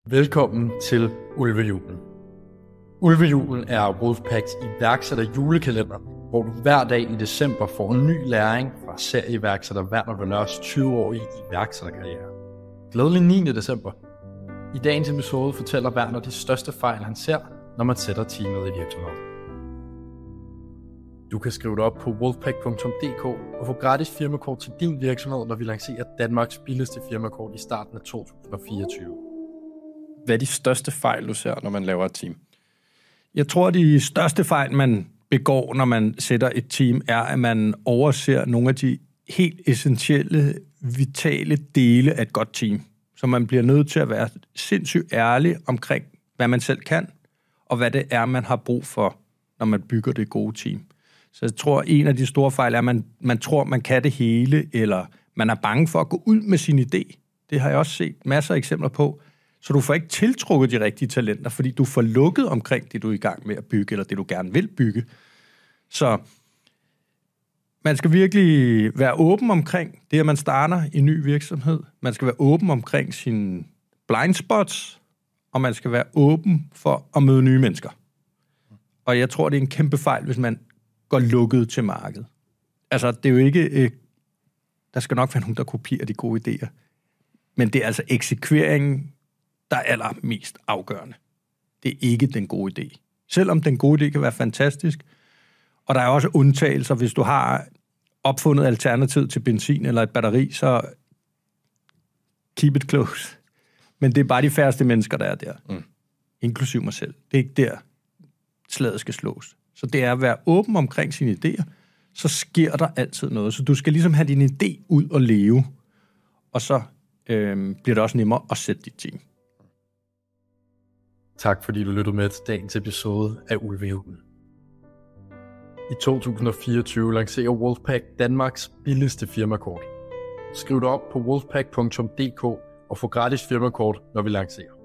Velkommen til Ulvejulen. Ulvejulen er Wolfpacks iværksætter julekalender, hvor du hver dag i december får en ny læring fra serieiværksætter Werner Valeurs 20-årige iværksætterkarriere. Glædelig 9. december. I dagens episode fortæller Werner de største fejl, han ser, når man sætter teamet i virksomheden. Du kan skrive dig op på wolfpack.dk og få gratis firmakort til din virksomhed, når vi lancerer Danmarks billigste firmakort i starten af 2024. Hvad er de største fejl, du ser, når man laver et team? Jeg tror, de største fejl, man begår, når man sætter et team, er, at man overser nogle af de helt essentielle, vitale dele af et godt team. Så man bliver nødt til at være sindssygt ærlig omkring, hvad man selv kan, og hvad det er, man har brug for, når man bygger det gode team. Så jeg tror, en af de store fejl er, at man tror, man kan det hele, eller man er bange for at gå ud med sin idé. Det har jeg også set masser af eksempler på. Så du får ikke tiltrukket de rigtige talenter, fordi du får lukket omkring det, du er i gang med at bygge, eller det, du gerne vil bygge. Så man skal virkelig være åben omkring det, at man starter en ny virksomhed. Man skal være åben omkring sine blind spots, og man skal være åben for at møde nye mennesker. Og jeg tror, det er en kæmpe fejl, hvis man går lukket til markedet. Altså, det er jo ikke... der skal nok være nogen, der kopierer de gode idéer. Men det er altså eksekveringen, der er allermest afgørende. Det er ikke den gode idé. Selvom den gode idé kan være fantastisk, og der er også undtagelser, hvis du har opfundet alternativ til benzin eller et batteri, så keep it close. Men det er bare de færreste mennesker, der er der. Inklusiv mig selv. Det er ikke der, slaget skal slås. Så det er at være åben omkring sine idéer, så sker der altid noget. Så du skal ligesom have din idé ud og leve, og så bliver det også nemmere at sætte dit team. Tak fordi du lyttede med til dagens episode af Ulvejulen. I 2024 lancerer Wolfpack Danmarks billigste firmakort. Skriv dig op på wolfpack.dk og få gratis firmakort, når vi lancerer.